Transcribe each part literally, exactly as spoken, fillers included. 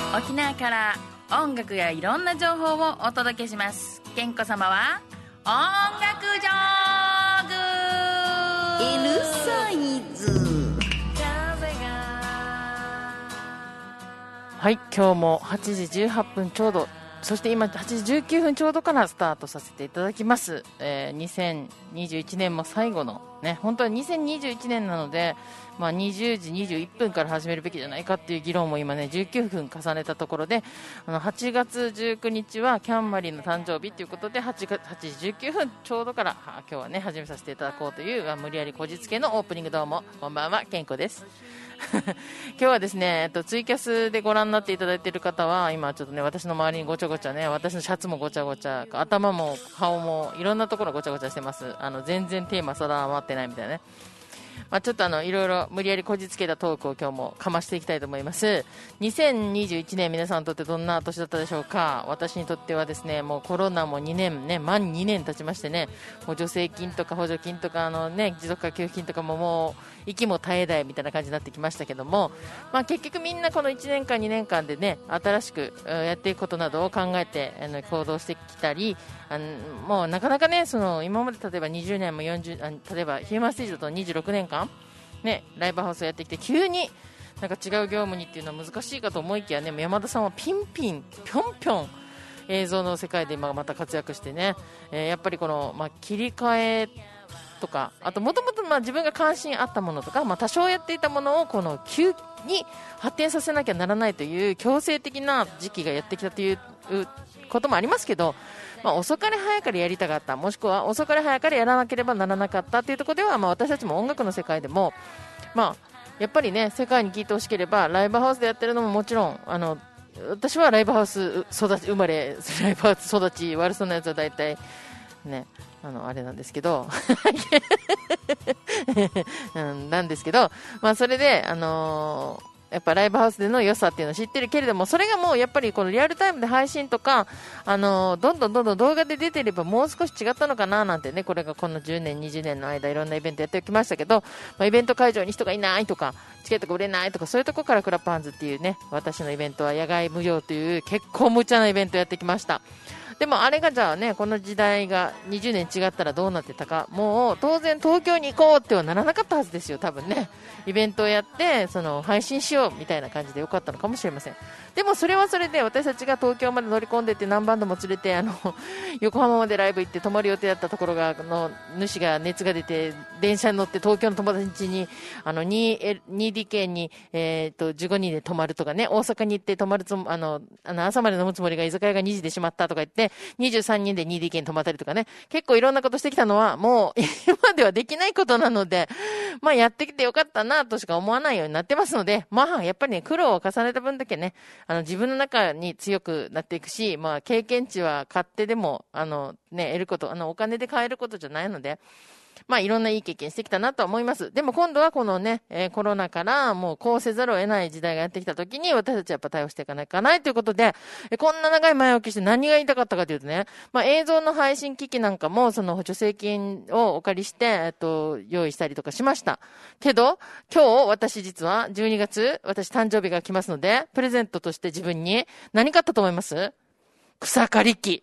沖縄から音楽やいろんな情報をお届けします。ケンコ様は音楽ジョーグ L サイズ。 はい、今日もはちじじゅうはっぷんちょうど、そして今はちじじゅうきゅうふんちょうどからスタートさせていただきます、えー、にせんにじゅういちねんも最後のね、本当はにせんにじゅういちねんなので、まあ、にじゅうじにじゅういっぷんから始めるべきじゃないかっていう議論も今ねじゅうきゅうふん重ねたところで、あのはちがつじゅうくにちはキャンマリーの誕生日ということで はち, はちじじゅうきゅうふんちょうどからは今日はね始めさせていただこうという、無理やりこじつけのオープニング。どうもこんばんは、けんこです今日はですね、えっと、ツイキャスでご覧になっていただいている方は今ちょっとね私の周りにごちゃごちゃね、私のシャツもごちゃごちゃ、頭も顔もいろんなところごちゃごちゃしてます。あの全然テーマ定まってないみたいなね、まあ、ちょっとあのいろいろ無理やりこじつけたトークを今日もかましていきたいと思います。にせんにじゅういちねん皆さんにとってどんな年だったでしょうか。私にとってはですね、もうコロナもにねんね、満にねん経ちましてね、もう助成金とか補助金とかあの、ね、持続化給付金とかももう息も絶え絶えみたいな感じになってきましたけども、まあ、結局みんなこのいちねんかんにねんかんでね新しくやっていくことなどを考えてあの行動してきたり、あのもうなかなかねその今まで例えばにじゅうねんもよんじゅう、あ例えばヒューマンステージだとにじゅうろくねんかんね、ライブハウスをやってきて急になんか違う業務にっていうのは難しいかと思いきやね、山田さんはピンピンぴょんぴょん映像の世界で今また活躍してね、えー、やっぱりこの、まあ、切り替えとか、あともともと自分が関心あったものとか、まあ、多少やっていたものをこの急に発展させなきゃならないという強制的な時期がやってきたということもありますけど、まあ、遅かれ早かれやりたかった、もしくは遅かれ早かれやらなければならなかったというところでは、まあ、私たちも音楽の世界でも、まあ、やっぱりね世界に聞いてほしければライブハウスでやってるのももちろん、あの私はライブハウス育ち生まれライブハウス育ち悪そうなやつは大体ねあのあれなんですけどうん、なんですけど、まあ、それで、あのーやっぱライブハウスでの良さっていうのを知ってるけれども、それがもうやっぱりこのリアルタイムで配信とか、あのー、どんどんどんどん動画で出ていればもう少し違ったのかななんてね、これがこのじゅうねんにじゅうねんの間いろんなイベントやってきましたけど、まあ、イベント会場に人がいないとかチケットが売れないとか、そういうところからクラップハンズっていうね、私のイベントは野外無料という結構無茶なイベントやってきました。でもあれがじゃあね、この時代がにじゅうねん違ったらどうなってたか、もう当然東京に行こうってはならなかったはずですよ、多分ね。イベントをやってその配信しようみたいな感じでよかったのかもしれません。でもそれはそれで私たちが東京まで乗り込んでって何バンドも連れてあの横浜までライブ行って泊まる予定だったところがの主が熱が出て電車に乗って東京の友達にあの にディーケー に、えー、とじゅうごにんで泊まるとかね、大阪に行って泊まるつもあのあの朝まで飲むつもりが居酒屋がにじで閉まったとか言ってにじゅうさんにんで にディーケー に泊まったりとかね、結構いろんなことしてきたのはもう今ではできないことなので、まあやってきてよかったなとしか思わないようになってますので、まあやっぱりね苦労を重ねた分だけね、あの自分の中に強くなっていくし、まあ経験値は勝手でもあのね得ること、あのお金で買えることじゃないので、まあいろんないい経験してきたなと思います。でも今度はこのね、えー、コロナからもうこうせざるを得ない時代がやってきた時に私たちはやっぱ対応していかないかないということで、えー、こんな長い前置きして何が言いたかったかというとね、まあ映像の配信機器なんかもその助成金をお借りして、えっと、用意したりとかしました。けど、今日私実はじゅうにがつ、私誕生日が来ますので、プレゼントとして自分に何買ったと思います？草刈り機。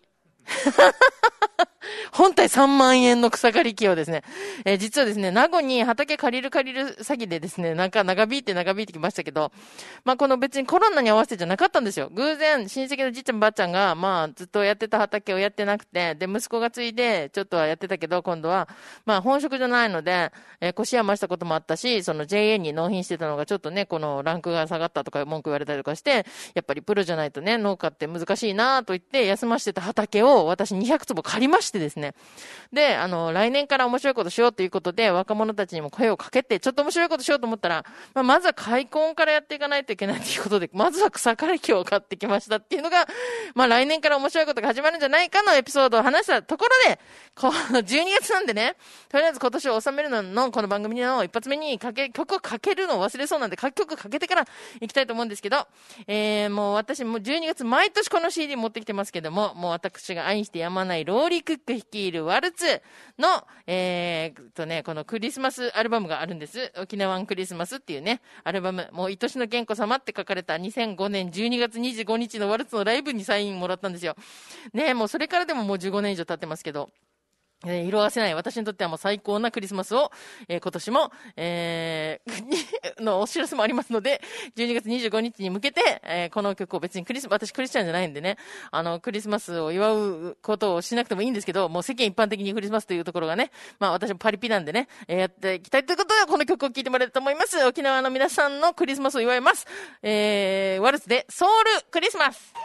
本体さんまんえんの草刈り機をですね、えー、実はですね、名護に畑借りる借りる詐欺でですね、なんか長引いて長引いてきましたけど、まあこの別にコロナに合わせてじゃなかったんですよ。偶然親戚のじいちゃんばあちゃんがまあずっとやってた畑をやってなくて、で息子が継いでちょっとはやってたけど、今度はまあ本職じゃないので、えー、腰山したこともあったし、その ジェイエー に納品してたのがちょっとね、このランクが下がったとか文句言われたりとかして、やっぱりプロじゃないとね、農家って難しいなと言って休ましてた畑を私にひゃくつぼ借りましてですね、で、あの、来年から面白いことしようということで、若者たちにも声をかけて、ちょっと面白いことしようと思ったら、まあ、まずは開墾からやっていかないといけないということで、まずは草刈り機を買ってきましたっていうのが、まあ、来年から面白いことが始まるんじゃないかのエピソードを話したところで、このじゅうにがつなんでね、とりあえず今年を収めるのの、この番組の一発目にかけ、曲をかけるのを忘れそうなんで、各曲かけてから行きたいと思うんですけど、えー、もう私もじゅうにがつ毎年この シーディー 持ってきてますけども、もう私が愛してやまないローリックック率いるワルツの、えー、とね、このクリスマスアルバムがあるんです。沖縄クリスマスっていうね、アルバム。もう、愛しの健子様って書かれたにせんごねんじゅうにがつにじゅうごにちのワルツのライブにサインもらったんですよ。ね、もうそれからでももうじゅうごねん以上経ってますけど、えー、色褪せない私にとってはもう最高なクリスマスを、えー、今年も、えー、のお知らせもありますので、じゅうにがつにじゅうごにちに向けて、えー、この曲を別にクリス、私クリスチャンじゃないんでね、あの、クリスマスを祝うことをしなくてもいいんですけど、もう世間一般的にクリスマスというところがね、まあ私もパリピなんでね、えー、やっていきたいということで、この曲を聴いてもらえると思います。沖縄の皆さんのクリスマスを祝います。えー、ワルツでソウルクリスマス。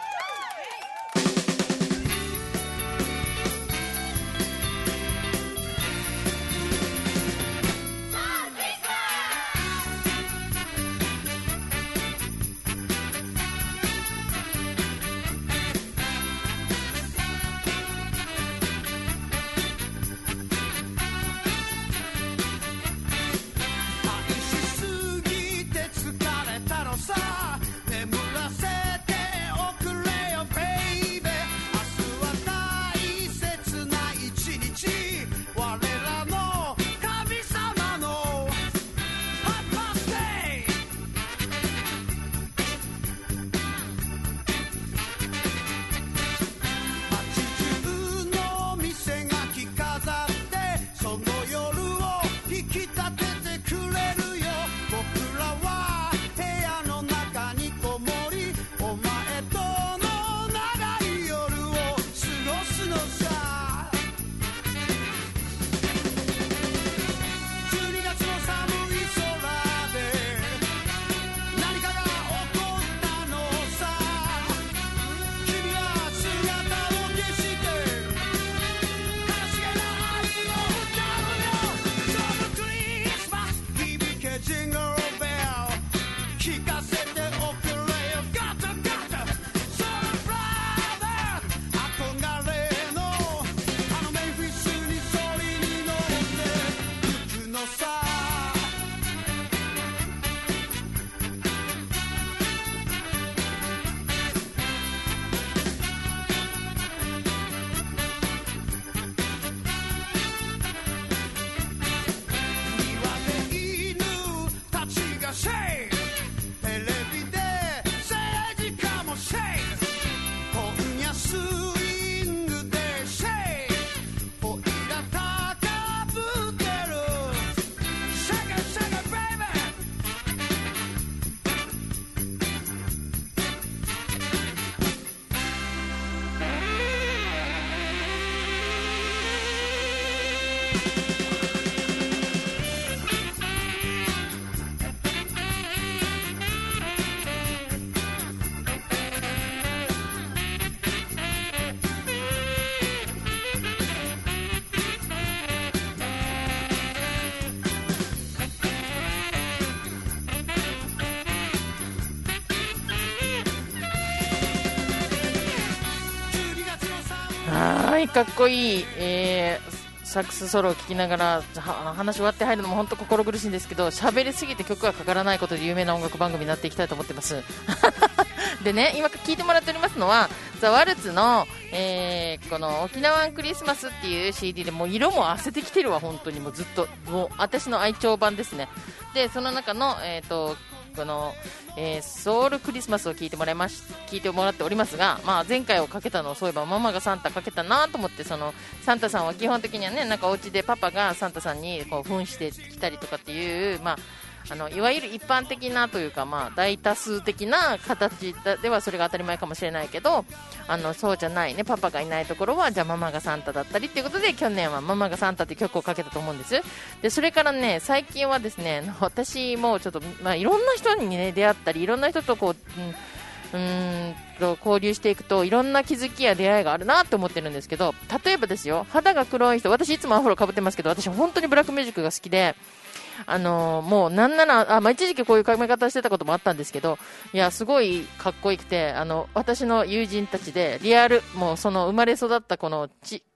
はい、かっこいい、えー、サックスソロを聴きながら話終わって入るのも本当心苦しいんですけど、喋りすぎて曲がかからないことで有名な音楽番組になっていきたいと思ってますでね、今聴いてもらっておりますのはザ・ワルツの、えー、この沖縄クリスマスっていう シーディー で、もう色もあせてきてるわ、本当にもうずっともう私の愛聴版ですね。でその中の、えーとこの、えー、ソウルクリスマスを聞いてもらいまし聞いてもらっておりますが、まあ、前回をかけたのをそういえばママがサンタかけたなと思って、そのサンタさんは基本的にはね、なんかお家でパパがサンタさんにこう扮してきたりとかっていう、まああのいわゆる一般的なというか、まあ、大多数的な形ではそれが当たり前かもしれないけど、あのそうじゃないね、パパがいないところはじゃあママがサンタだったりということで、去年はママがサンタって曲をかけたと思うんです。でそれからね、最近はですね、私もちょっと、まあ、いろんな人に、ね、出会ったり、いろんな人とこう、うんうーんと交流していくといろんな気づきや出会いがあるなと思ってるんですけど、例えばですよ、肌が黒い人、私いつもアフロかぶってますけど、私本当にブラックミュージックが好きで、あのー、もうなんならあ、まあ、一時期こういう髪型してたこともあったんですけど、いやすごいかっこよくて、あの私の友人たちでリアル、もうその生まれ育ったこのち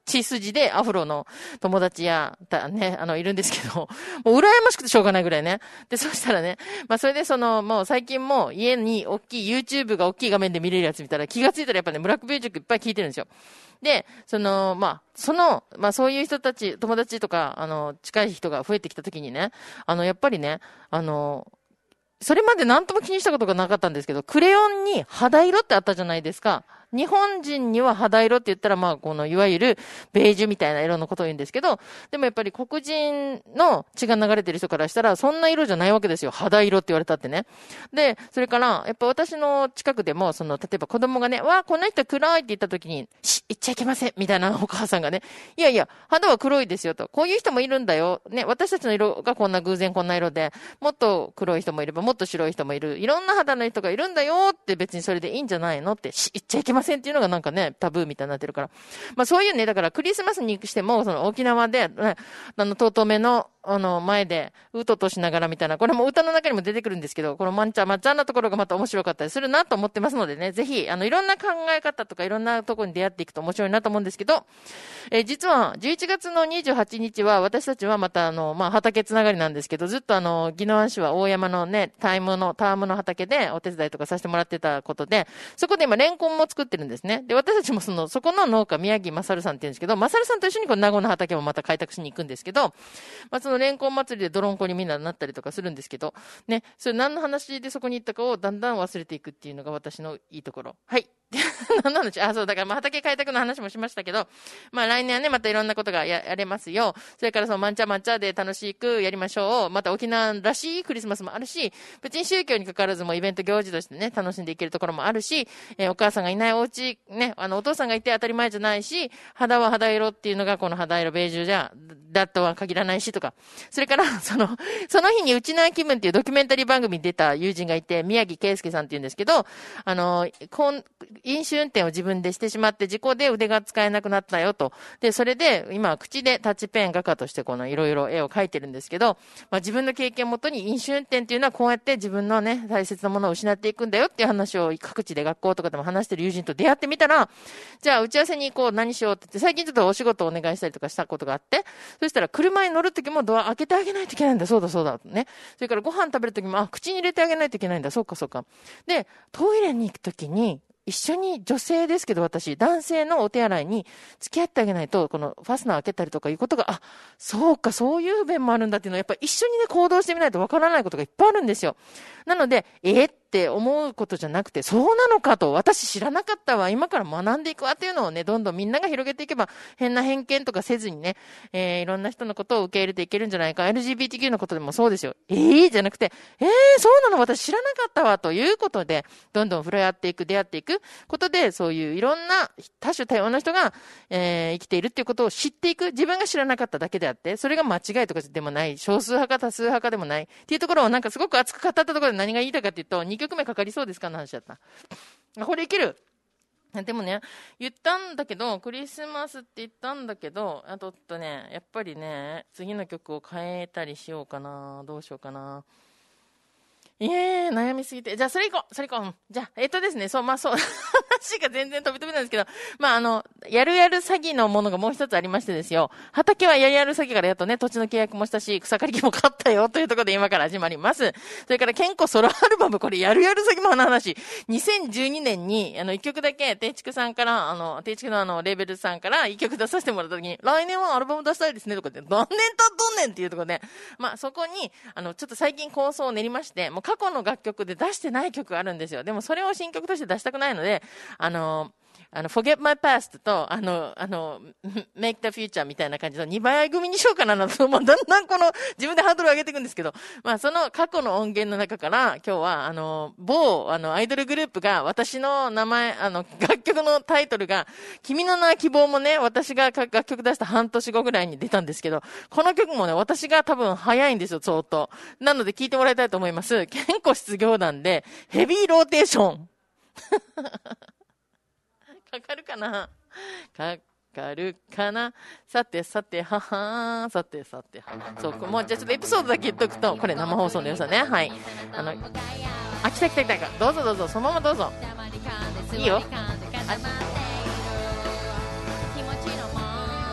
血筋でアフロの友達や、だね、あの、いるんですけど、もう羨ましくてしょうがないぐらいね。で、そしたらね、まあ、それでその、もう最近も家に大きい YouTube が大きい画面で見れるやつ見たら気がついたらやっぱね、ブラックミュージックいっぱい聞いてるんですよ。で、その、まあ、その、まあ、そういう人たち、友達とか、あの、近い人が増えてきたときにね、あの、やっぱりね、あの、それまで何とも気にしたことがなかったんですけど、クレヨンに肌色ってあったじゃないですか。日本人には肌色って言ったら、まあ、この、いわゆる、ベージュみたいな色のことを言うんですけど、でもやっぱり黒人の血が流れてる人からしたら、そんな色じゃないわけですよ。肌色って言われたってね。で、それから、やっぱ私の近くでも、その、例えば子供がね、わあ、この人黒いって言った時に、し、言っちゃいけませんみたいなお母さんがね、いやいや、肌は黒いですよと。こういう人もいるんだよ。ね、私たちの色がこんな偶然こんな色で、もっと黒い人もいれば、もっと白い人もいる。いろんな肌の人がいるんだよって別にそれでいいんじゃないのって、し、言っちゃいけませんっていうのがなんかね、タブーみたいになってるから。まあそういうね、だからクリスマスに行くしても、その沖縄で、ね、あの、とうとうめの、あの、前で、うととしながらみたいな、これも歌の中にも出てくるんですけど、このまんちゃんまっちゃんなところがまた面白かったりするなと思ってますのでね、ぜひ、あの、いろんな考え方とかいろんなところに出会っていくと面白いなと思うんですけど、えー、実は、じゅういちがつのにじゅうはちにちは、私たちはまたあの、まあ、畑つながりなんですけど、ずっとあの、宜野湾市は大山のね、タイムの、タームの畑でお手伝いとかさせてもらってたことで、そこで今、レンコンも作ってるんですね。で、私たちもその、そこの農家、宮城勝さんって言うんですけど、勝さんと一緒にこの名護の畑もまた開拓しに行くんですけど、まあ、そのレンコン祭りでドロンコにみんななったりとかするんですけど、ね、それ何の話でそこに行ったかをだんだん忘れていくっていうのが私のいいところ。はい。何の話？あ、そう、だからまあ畑開拓の話もしましたけど、まあ来年はね、またいろんなことが や, やれますよ。それからそのマンチャマンチャで楽しくやりましょう。また沖縄らしいクリスマスもあるし、別に宗教に関わらずもイベント行事としてね、楽しんでいけるところもあるし、えー、お母さんがいないお家、ね、あのお父さんがいて当たり前じゃないし、肌は肌色っていうのがこの肌色ベージュじゃ、だとは限らないしとか。それから、その、その日にうちな気分っていうドキュメンタリー番組に出た友人がいて、宮城圭介さんって言うんですけど、あの、こん飲酒運転を自分でしてしまって事故で腕が使えなくなったよと。で、それで今は口でタッチペン画家としてこのいろいろ絵を描いてるんですけど、まあ自分の経験をもとに飲酒運転っていうのはこうやって自分のね、大切なものを失っていくんだよっていう話を各地で学校とかでも話してる友人と出会ってみたら、じゃあ打ち合わせに行こう、何しようって言って、最近ちょっとお仕事をお願いしたりとかしたことがあって、そしたら車に乗るときもドア開けてあげないといけないんだ、そうだそうだね。それからご飯食べるときも、あ、口に入れてあげないといけないんだ、そうかそうか。で、トイレに行くときに、一緒に女性ですけど私、男性のお手洗いに付き合ってあげないと、このファスナー開けたりとかいうことが、あ、そうか、そういう不便もあるんだっていうのは、やっぱり一緒にね、行動してみないとわからないことがいっぱいあるんですよ。なので、えー、って思うことじゃなくて、そうなのかと、私知らなかったわ、今から学んでいくわっていうのをね、どんどんみんなが広げていけば、変な偏見とかせずにね、えー、いろんな人のことを受け入れていけるんじゃないか。エルジービーティーキュー のことでもそうですよ。えー、じゃなくて、えー、そうなの、私知らなかったわ、ということで、どんどん触れ合っていく、出会っていくことで、そういういろんな多種多様な人が、えー、生きているっていうことを知っていく。自分が知らなかっただけであって、それが間違いとかでもない、少数派か多数派かでもない。っていうところをなんかすごく熱く語ったところで何が言いたいかっていうと、にきょくめかかりそうですかの話だった。これいける。でもね、言ったんだけど、クリスマスって言ったんだけど、あととね、やっぱりね、次の曲を変えたりしようかな。どうしようかな。いえー、悩みすぎて。じゃあ、それ行こう。それ行こう。うん、じゃあ、えっとですね、そう、まあそう、話が全然飛び飛びなんですけど、まああの、やるやる詐欺のものがもう一つありましてですよ。畑はやるやる詐欺からやっとね、土地の契約もしたし、草刈り機も買ったよ、というところで今から始まります。それから、健康ソロアルバム、これやるやる詐欺もの話。にせんじゅうにねんに、あの、一曲だけ、定畜さんから、あの、定畜のあの、レーベルさんから一曲出させてもらった時に、来年はアルバム出したいですね、とかって、何年経っとんねんっていうところで、まあそこに、あの、ちょっと最近構想を練りまして、もう過去の楽曲で出してない曲があるんですよ。でもそれを新曲として出したくないので、あの、あの、Forget My Past と、あの、あの、Make the Future みたいな感じのにばい組にしようかなと、もうだんだんこの、自分でハードルを上げていくんですけど、まあその過去の音源の中から、今日は、あの、某、あの、アイドルグループが、私の名前、あの、楽曲のタイトルが、君の名は希望もね、私が楽曲出した半年後ぐらいに出たんですけど、この曲もね、私が多分早いんですよ、相当。なので聞いてもらいたいと思います。健康失業団で、ヘビーローテーション。かかるかなかかるかなさてさてははさてさてはそう、もうじゃあちょっとエピソードだけ言っとくと、これ生放送の良さね。はい。あの、あ、来た来た来た来た。どうぞどうぞ、そのままどうぞ。いいよ。あ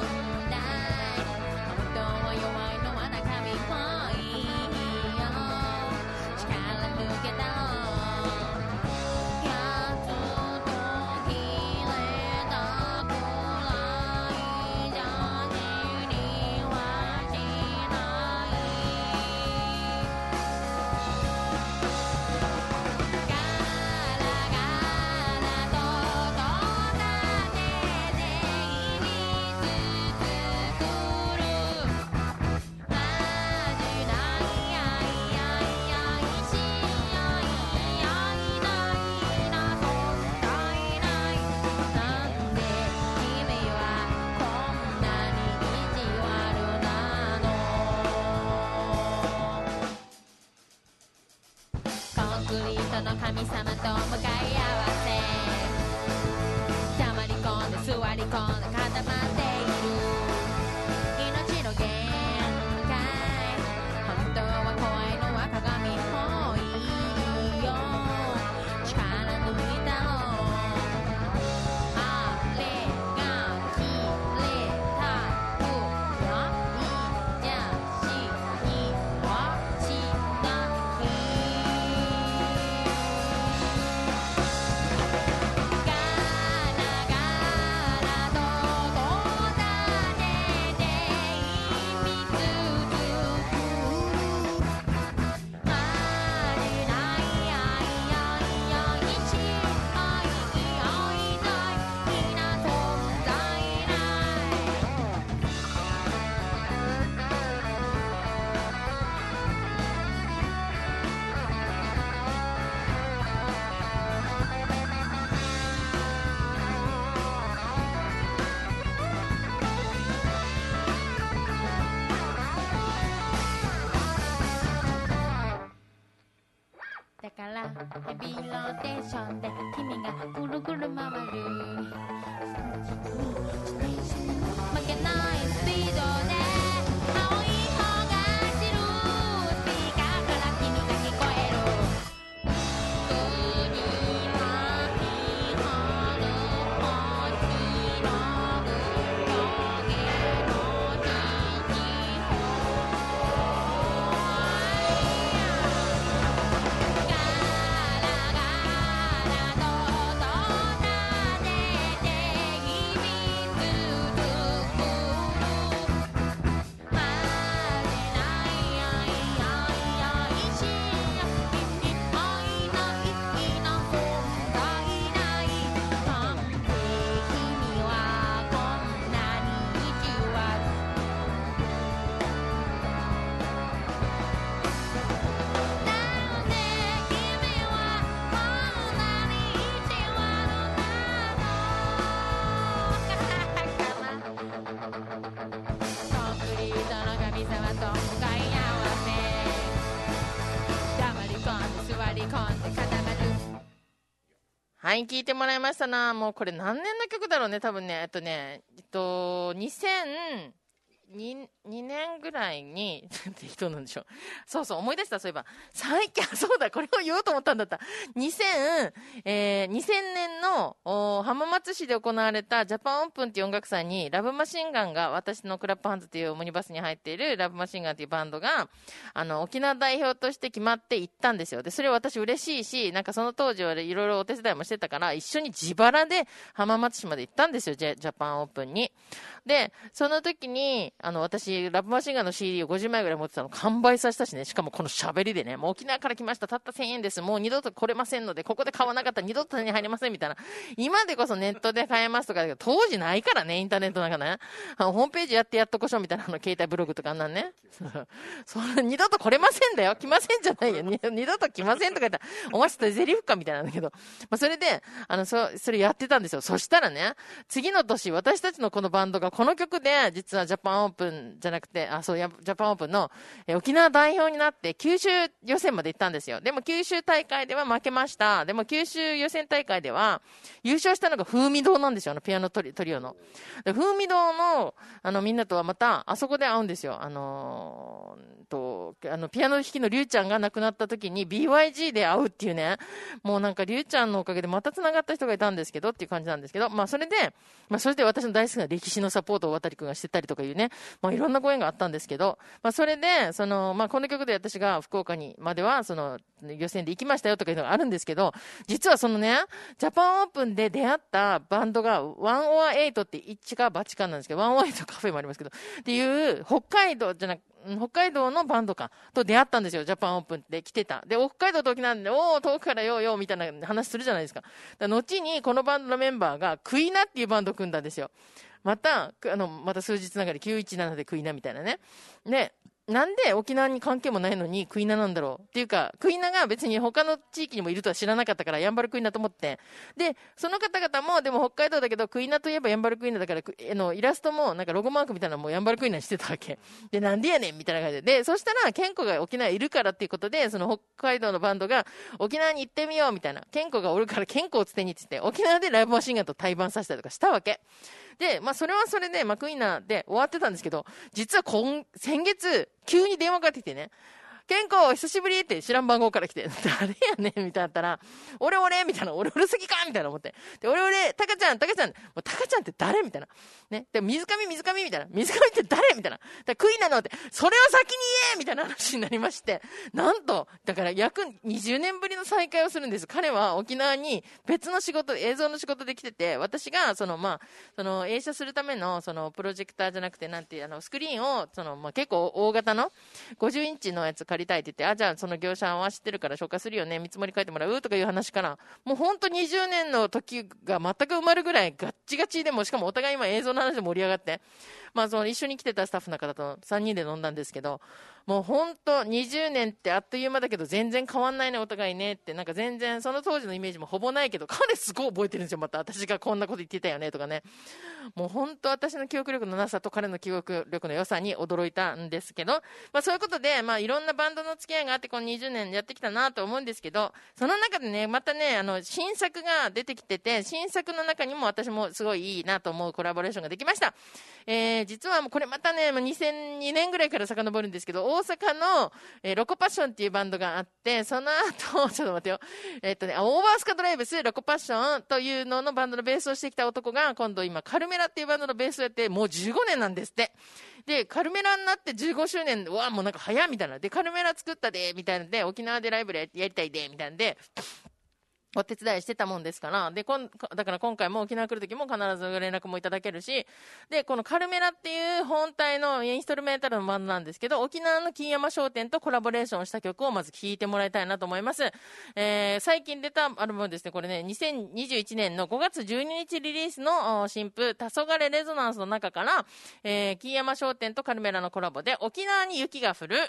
はい、聞いてもらいましたな。もうこれ何年の曲だろうね、多分ね。えっとね、えっと、にせんにねんぐらいに、適当なんでしょ。そうそう、思い出した、そういえば。最近、そうだ、これを言おうと思ったんだった。にせん、えー、にせんねんの浜松市で行われたジャパンオープンっていう音楽祭に、ラブマシンガンが、私のクラップハンズっていうオムニバスに入っているラブマシンガンっていうバンドが、あの、沖縄代表として決まって行ったんですよ。で、それは私嬉しいし、なんかその当時はいろいろお手伝いもしてたから、一緒に自腹で浜松市まで行ったんですよ、ジャ、ジャパンオープンに。で、その時に、あの、私、ラブマシンガンの シーディー をごじゅうまいぐらい持ってたの完売させたしね、しかもこの喋りでね、もう沖縄から来ました、たったせんえんです、もう二度と来れませんので、ここで買わなかったら二度と手に入りませんみたいな。今でこそネットで買えますとか、当時ないからね、インターネットなんかね。あのホームページやってやっとこしょみたいな、あの、携帯ブログとかあんなんね。それ、二度と来れませんだよ。来ませんじゃないよ。二度と来ませんとか言ったら、お前ちょっとゼリフかみたいなんだけど。まあ、それで、あの、そ、それやってたんですよ。そしたらね、次の年、私たちのこのバンドがこの曲で、実はジャパンオープンじゃなくて、あ、そう、ジャパンオープンの、え沖縄代表になって九州予選まで行ったんですよ。でも九州大会では負けました。でも九州予選大会では優勝したのが風味堂なんですよ。あのピアノトリ、トリオの。で風味堂の、あのみんなとはまたあそこで会うんですよ。あのー、と、あのピアノ弾きのリュウちゃんが亡くなった時に ビーワイジー で会うっていうね。もうなんかリュウちゃんのおかげでまた繋がった人がいたんですけどっていう感じなんですけど、まあそれで、まあそれで私の大好きな歴史のサポートを渡くんがしてたりとかいうね、まあいろんなご縁があったんですけど、まあそれで、その、まあこの曲で私が福岡にまでは、その、予選で行きましたよとかいうのがあるんですけど、実はそのね、ジャパンオープンで出会ったバンドが、ワンオアエイトって一か八かなんですけど、ワンオアエイトカフェもありますけど、っていう、北海道じゃなく、北海道のバンドか、と出会ったんですよ、ジャパンオープンで来てた。で、北海道と沖縄で、おー、遠くからようようみたいな話するじゃないですか。だ後に、このバンドのメンバーが、クイナっていうバンドを組んだんですよ。また、あの、また数日ながらきゅういちななでクイナみたいなね。で、なんで沖縄に関係もないのにクイナなんだろうっていうか、クイナが別に他の地域にもいるとは知らなかったから、ヤンバルクイナと思って。で、その方々も、でも北海道だけど、クイナといえばヤンバルクイナだから、あの、イラストもなんかロゴマークみたいなのもヤンバルクイナにしてたわけ。で、なんでやねんみたいな感じで。で、そしたら、ケンコが沖縄いるからっていうことで、その北海道のバンドが沖縄に行ってみようみたいな。ケンコがおるからケンコをつてにって言って、沖縄でライブマシンガンと対バンさせたりとかしたわけ。で、まあ、それはそれで、まあ、クイナで終わってたんですけど、実は今、先月、急に電話かかってきてね、ケンコ、久しぶりって知らん番号から来て、誰やねんみたいになったら、俺俺みたいな、俺俺すぎかみたいな思って。で、俺俺、タカちゃん、タカちゃん、もうタカちゃんって誰みたいな。ね。で、水上水上みたいな。水上って誰みたいな。で、クイなのって、それを先に言えみたいな話になりまして、なんと、だから約にじゅうねんぶりの再会をするんです。彼は沖縄に別の仕事、映像の仕事で来てて、私が、その、まあ、その、映写するための、その、プロジェクターじゃなくて、なんていう、あの、スクリーンを、その、まあ、結構大型の、ごじゅうインチのやつ借りたいって言って、あ、じゃあその業者は知ってるから紹介するよね、見積もり書いてもらうとかいう話から、もうほんとにじゅうねんの時が全く埋まるぐらいガッチガチで、もしかもお互い今映像の話で盛り上がって、まあその一緒に来てたスタッフの方とさんにんで飲んだんですけど、もうほんとにじゅうねんってあっという間だけど全然変わんないねお互いねって、なんか全然その当時のイメージもほぼないけど、彼すごい覚えてるんですよ。また私がこんなこと言ってたよねとかね。もうほんと私の記憶力のなさと彼の記憶力の良さに驚いたんですけど、まあそういうことで、まあいろんなバンドの付き合いがあってこのにじゅうねんやってきたなと思うんですけど、その中でね、またね、あの新作が出てきてて、新作の中にも私もすごいいいなと思うコラボレーションができました。えー、実はもうこれまたね、にせんにねんぐらいから遡るんですけど、大阪の、えー、ロコパッションっていうバンドがあって、その後、ちょっと待ってよ、えー、っとね、オーバースカドライブス、ロコパッションというののバンドのベースをしてきた男が、今度今、カルメラっていうバンドのベースをやって、もうじゅうごねんなんですって。で、カルメラになってじゅうごしゅうねん、うわ、もうなんか早みたいな。で、カルメラ作ったで、みたいなで、沖縄でライブでやりたいで、みたいなんで、お手伝いしてたもんですから、で、こん、だから今回も沖縄来るときも必ず連絡もいただけるし、で、このカルメラっていう本体のインストルメンタルのバンドなんですけど、沖縄の金山商店とコラボレーションした曲をまず聴いてもらいたいなと思います。えー、最近出たアルバムですね、これね、にせんにじゅういちねんのごがつじゅうににちリリースの新譜、黄昏レゾナンスの中から、えー、金山商店とカルメラのコラボで、沖縄に雪が降る。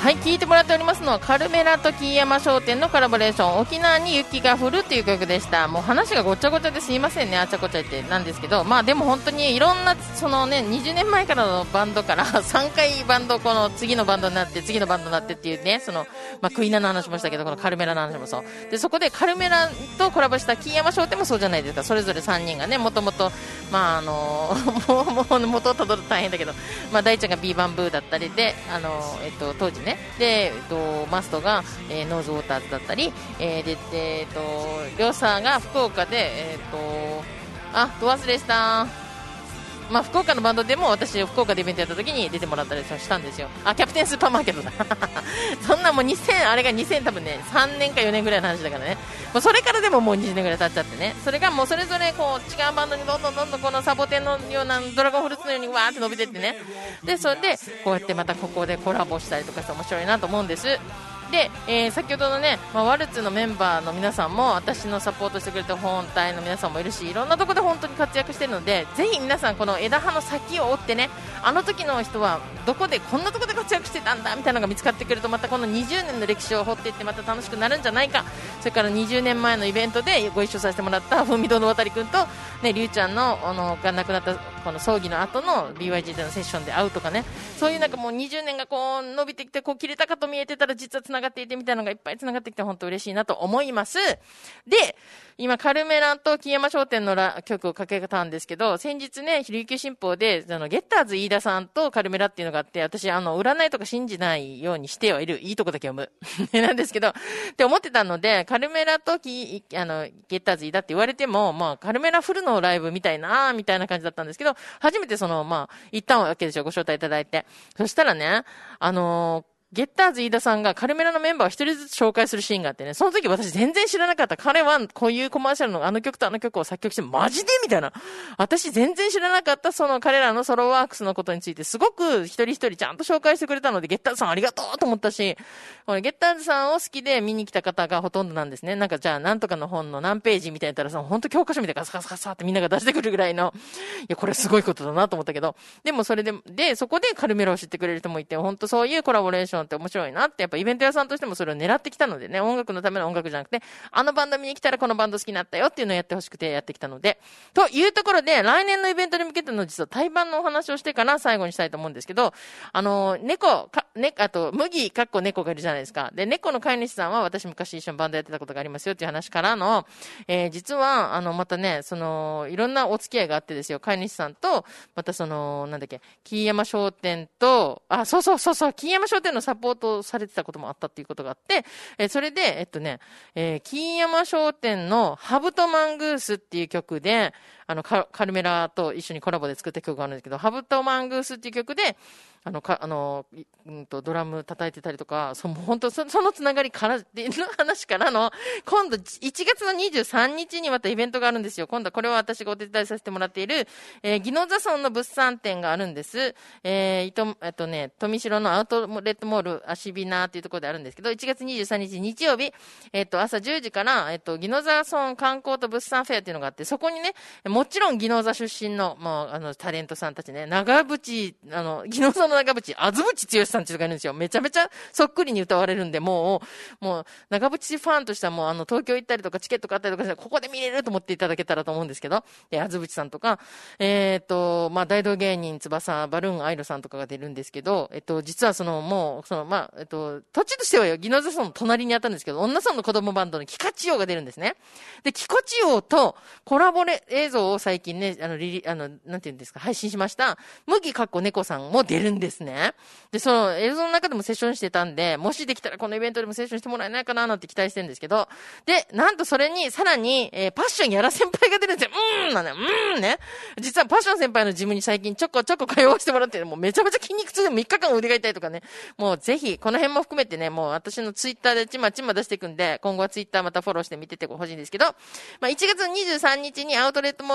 はい、聞いてもらっておりますのはカルメラと木山商店のコラボレーション、沖縄に雪が降るという曲でした。もう話がごちゃごちゃですいませんね、あちゃこちゃ言ってなんですけど、まあでも本当にいろんなそのねにじゅうねんまえからのバンドからさんかいバンド、この次のバンドになって次のバンドになってっていうね、そのまあクイナの話もしたけど、このカルメラの話もそうで、そこでカルメラとコラボした木山商店もそうじゃないですか。それぞれさんにんがね、もともとまああのもうもう元をたどると大変だけど、まあ大ちゃんが B バンブーだったりで、あのえっと当時ねで、えっと、マストが、えー、ノーズウォーターズだったり、えー、で、えー、っと、りょうさんが福岡で、えー、っと、あ、ど忘れした。まあ、福岡のバンドでも私、福岡でイベントやった時に出てもらったりしたんですよ。あ、キャプテンスーパーマーケットだ。そんなもうにせん、あれがにせん多分ね、さんねんかよねんぐらいの話だからね。もうそれからでももうにじゅうねんぐらい経っちゃってね。それがもうそれぞれこう違うバンドにどんどんどんどんこのサボテンのようなドラゴンフルーツのようにわーって伸びてってね。で、それでこうやってまたここでコラボしたりとかして面白いなと思うんです。で、えー、先ほどのね、まあ、ワルツのメンバーの皆さんも私のサポートしてくれた本体の皆さんもいるし、いろんなところで本当に活躍しているので、ぜひ皆さんこの枝葉の先を追ってね、あの時の人はどこでこんなところで活躍してたんだみたいなのが見つかってくると、またこのにじゅうねんの歴史を掘っていってまた楽しくなるんじゃないか。それからにじゅうねんまえのイベントでご一緒させてもらったふみどの渡りくんとね、りゅうちゃんのあのが亡くなったこの葬儀の後の ビーワイジー でのセッションで会うとかね、そういうなんかもうにじゅうねんがこう伸びてきてこう切れたかと見えてたら実はつながっていてみたいなのがいっぱいつながってきて本当嬉しいなと思います。で、今カルメラと木山商店のラ曲をかけたんですけど、先日ね琉球新報であのゲッターズ飯田さんとカルメラっていうのがあって、私あの占いとか信じないようにしてはいる、いいとこだけ読むなんですけどって思ってたので、カルメラときあのゲッターズ飯田って言われても、まあカルメラフルのライブみたいなみたいな感じだったんですけど、初めてそのまあ行ったわけですよ、ご招待いただいて。そしたらね、あのーゲッターズ飯田さんがカルメラのメンバーを一人ずつ紹介するシーンがあってね、その時私全然知らなかった。彼はこういうコマーシャルのあの曲とあの曲を作曲してマジでみたいな。私全然知らなかったその彼らのソロワークスのことについてすごく一人一人ちゃんと紹介してくれたので、ゲッターズさんありがとうと思ったし、これゲッターズさんを好きで見に来た方がほとんどなんですね。なんかじゃあなんとかの本の何ページみたいなったらさ、ほんと教科書みたいなガサガサガサってみんなが出してくるぐらいの、いやこれすごいことだなと思ったけど、でもそれで、で、そこでカルメラを知ってくれる人もいて、ほんとそういうコラボレーションって面白いなって、やっぱイベント屋さんとしてもそれを狙ってきたのでね、音楽のための音楽じゃなくて、あのバンド見に来たらこのバンド好きになったよっていうのをやってほしくてやってきたので、というところで来年のイベントに向けての実は対バンのお話をしてから最後にしたいと思うんですけど、あの猫かね、あと麦かっこ猫がいるじゃないですか。で、猫の飼い主さんは私昔一緒にバンドやってたことがありますよっていう話からの、えー、実はあのまたね、そのいろんなお付き合いがあってですよ、飼い主さんとまたそのなんだっけ、木山商店と、あ、そうそうそうそう、木山商店のサポートされてたこともあったっていうことがあって、えー、それでえっとね、えー、木山商店のハブとマングースっていう曲で、あのカルメラと一緒にコラボで作った曲があるんですけど、ハブとマングースっていう曲であのかあの、うんと、ドラム叩いてたりとか、その本当 そ, そのつながりからっていう話からの、今度いちがつのにじゅうさんにちにまたイベントがあるんですよ。今度はこれは私がお手伝いさせてもらっている、えー、宜野座村の物産展があるんです。えー、いとえっとね富城のアウトレットモールアシビナーっていうところであるんですけど、いちがつにじゅうさんにち日曜日、えっと朝じゅうじから、えっと宜野座村観光と物産フェアっていうのがあって、そこにね、もちろん宜野座出身のもうあのタレントさんたちね、長渕あの宜野座の長渕あずぶち剛さんっていうのがいるんですよ。めちゃめちゃそっくりに歌われるんで、もうもう長渕ファンとしてはもうあの東京行ったりとかチケット買ったりとかしてここで見れると思っていただけたらと思うんですけど、であずぶちさんとかえっ、ー、とまあ大道芸人翼バルーンアイロさんとかが出るんですけど、えっと実はそのもうそのまあえっと土地としては宜野座村の隣にあったんですけど、女村の子供バンドのキカチオが出るんですね。でキカチオとコラボレ映像を最近ねあのリリあのなんていうんですか配信しました麦かっこ猫さんも出るんですね。で、その映像の中でもセッションしてたんで、もしできたらこのイベントでもセッションしてもらえないかななんて期待してるんですけど、で、なんとそれにさらに、えー、パッションやら先輩が出るんですよ。うーんなんだよ、うーんね。実はパッション先輩のジムに最近ちょこちょこ通わせてもらって、もうめちゃめちゃ筋肉痛でみっかかん腕が痛いとかね。もうぜひ、この辺も含めてね、もう私のツイッターでちまちま出していくんで、今後はツイッターまたフォローして見ててほしいんですけど、まあいちがつにじゅうさんにちにアウトレットモー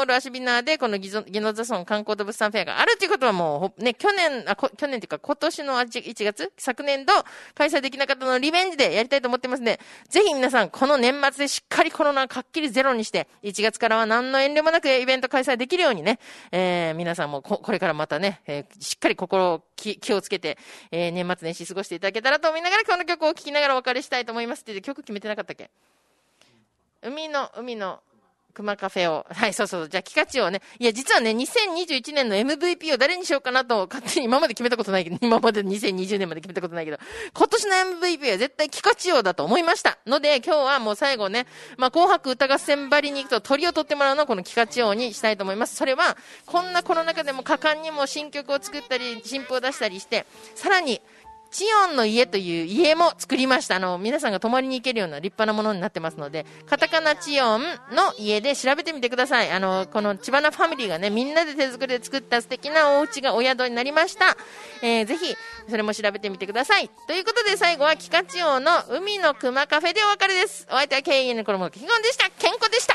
ールアシビナーでこのギゾギノザ村観光と物産フェアがあるということはもうね、去年、あ、こ去年というか今年のいちがつ、昨年度開催できなかったのをリベンジでやりたいと思ってますので、ぜひ皆さんこの年末でしっかりコロナをはっきりゼロにして、いちがつからは何の遠慮もなくイベント開催できるようにね、えー、皆さんも こ, これからまたね、えー、しっかり心を気, 気をつけて、えー、年末年始過ごしていただけたらと思いながら、この曲を聴きながらお別れしたいと思いますって言って、曲決めてなかったっけ？海の、海の、熊カフェを。はい、そうそう。じゃあ、キカチをね。いや、実はね、にせんにじゅういちねんの エムブイピー を誰にしようかなと、勝手に今まで決めたことないけど、今までにせんにじゅうねんまで決めたことないけど、今年の エムブイピー は絶対キカチ王だと思いました。ので、今日はもう最後ね、まあ、紅白歌合戦張りに行くと鳥を取ってもらうのをこのキカチ王にしたいと思います。それは、こんなコロナ禍でも果敢にも新曲を作ったり、新譜を出したりして、さらに、チオンの家という家も作りました。あの、皆さんが泊まりに行けるような立派なものになってますので、カタカナチオンの家で調べてみてください。あの、この千葉なファミリーがね、みんなで手作りで作った素敵なお家がお宿になりました。えー、ぜひ、それも調べてみてください。ということで最後はキカチオの海の熊カフェでお別れです。お相手は ケーイーエヌ コロモのキキゴンでした。ケンコでした。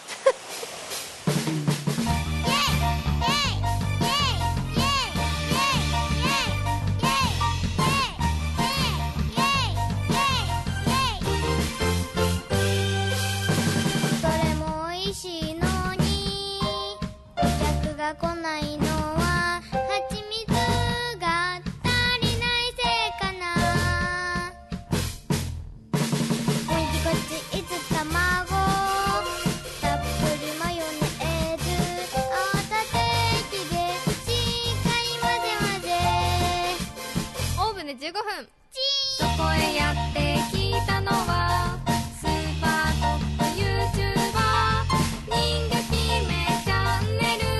来ないのは蜂蜜が足りないせいかな。こっちこっちいつ卵たっぷりマヨネーズ泡立て器でしっかり混ぜ混ぜ。オーブンでじゅうごふん。そこへやってきたのはスーパートップ YouTuber 人魚姫チャンネル。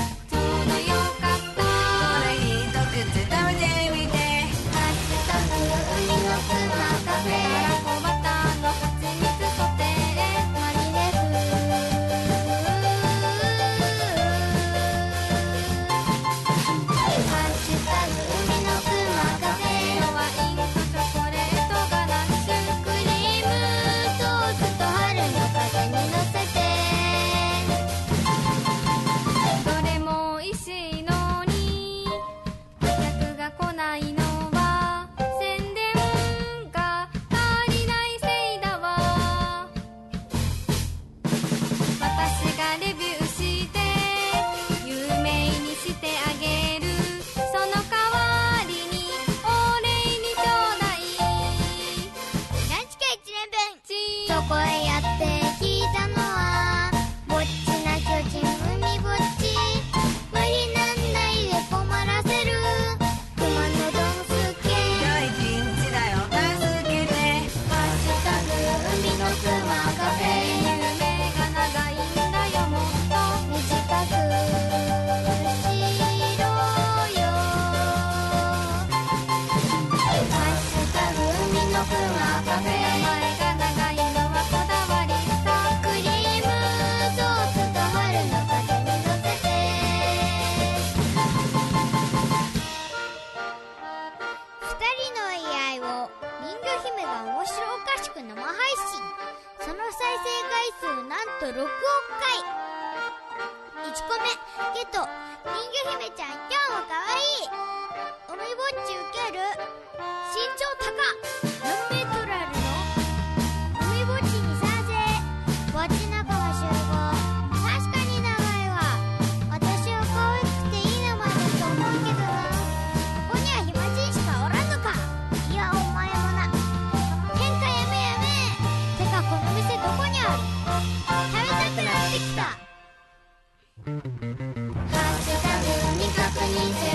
とろくおんかい。いちこめゲット。人魚姫ちゃん今日もかわいい。おみぼっちウケる。身長高。何メートルあるの？おみぼっちに賛成。ぼっち仲間集合。確かに名前は私は可愛くていい名前だと思うけどな。ここには暇人しかおらんのか。いやお前もな。喧嘩やめやめ。てかこの店どこにある？食べたくなってきた。ハッシュタグ未確認生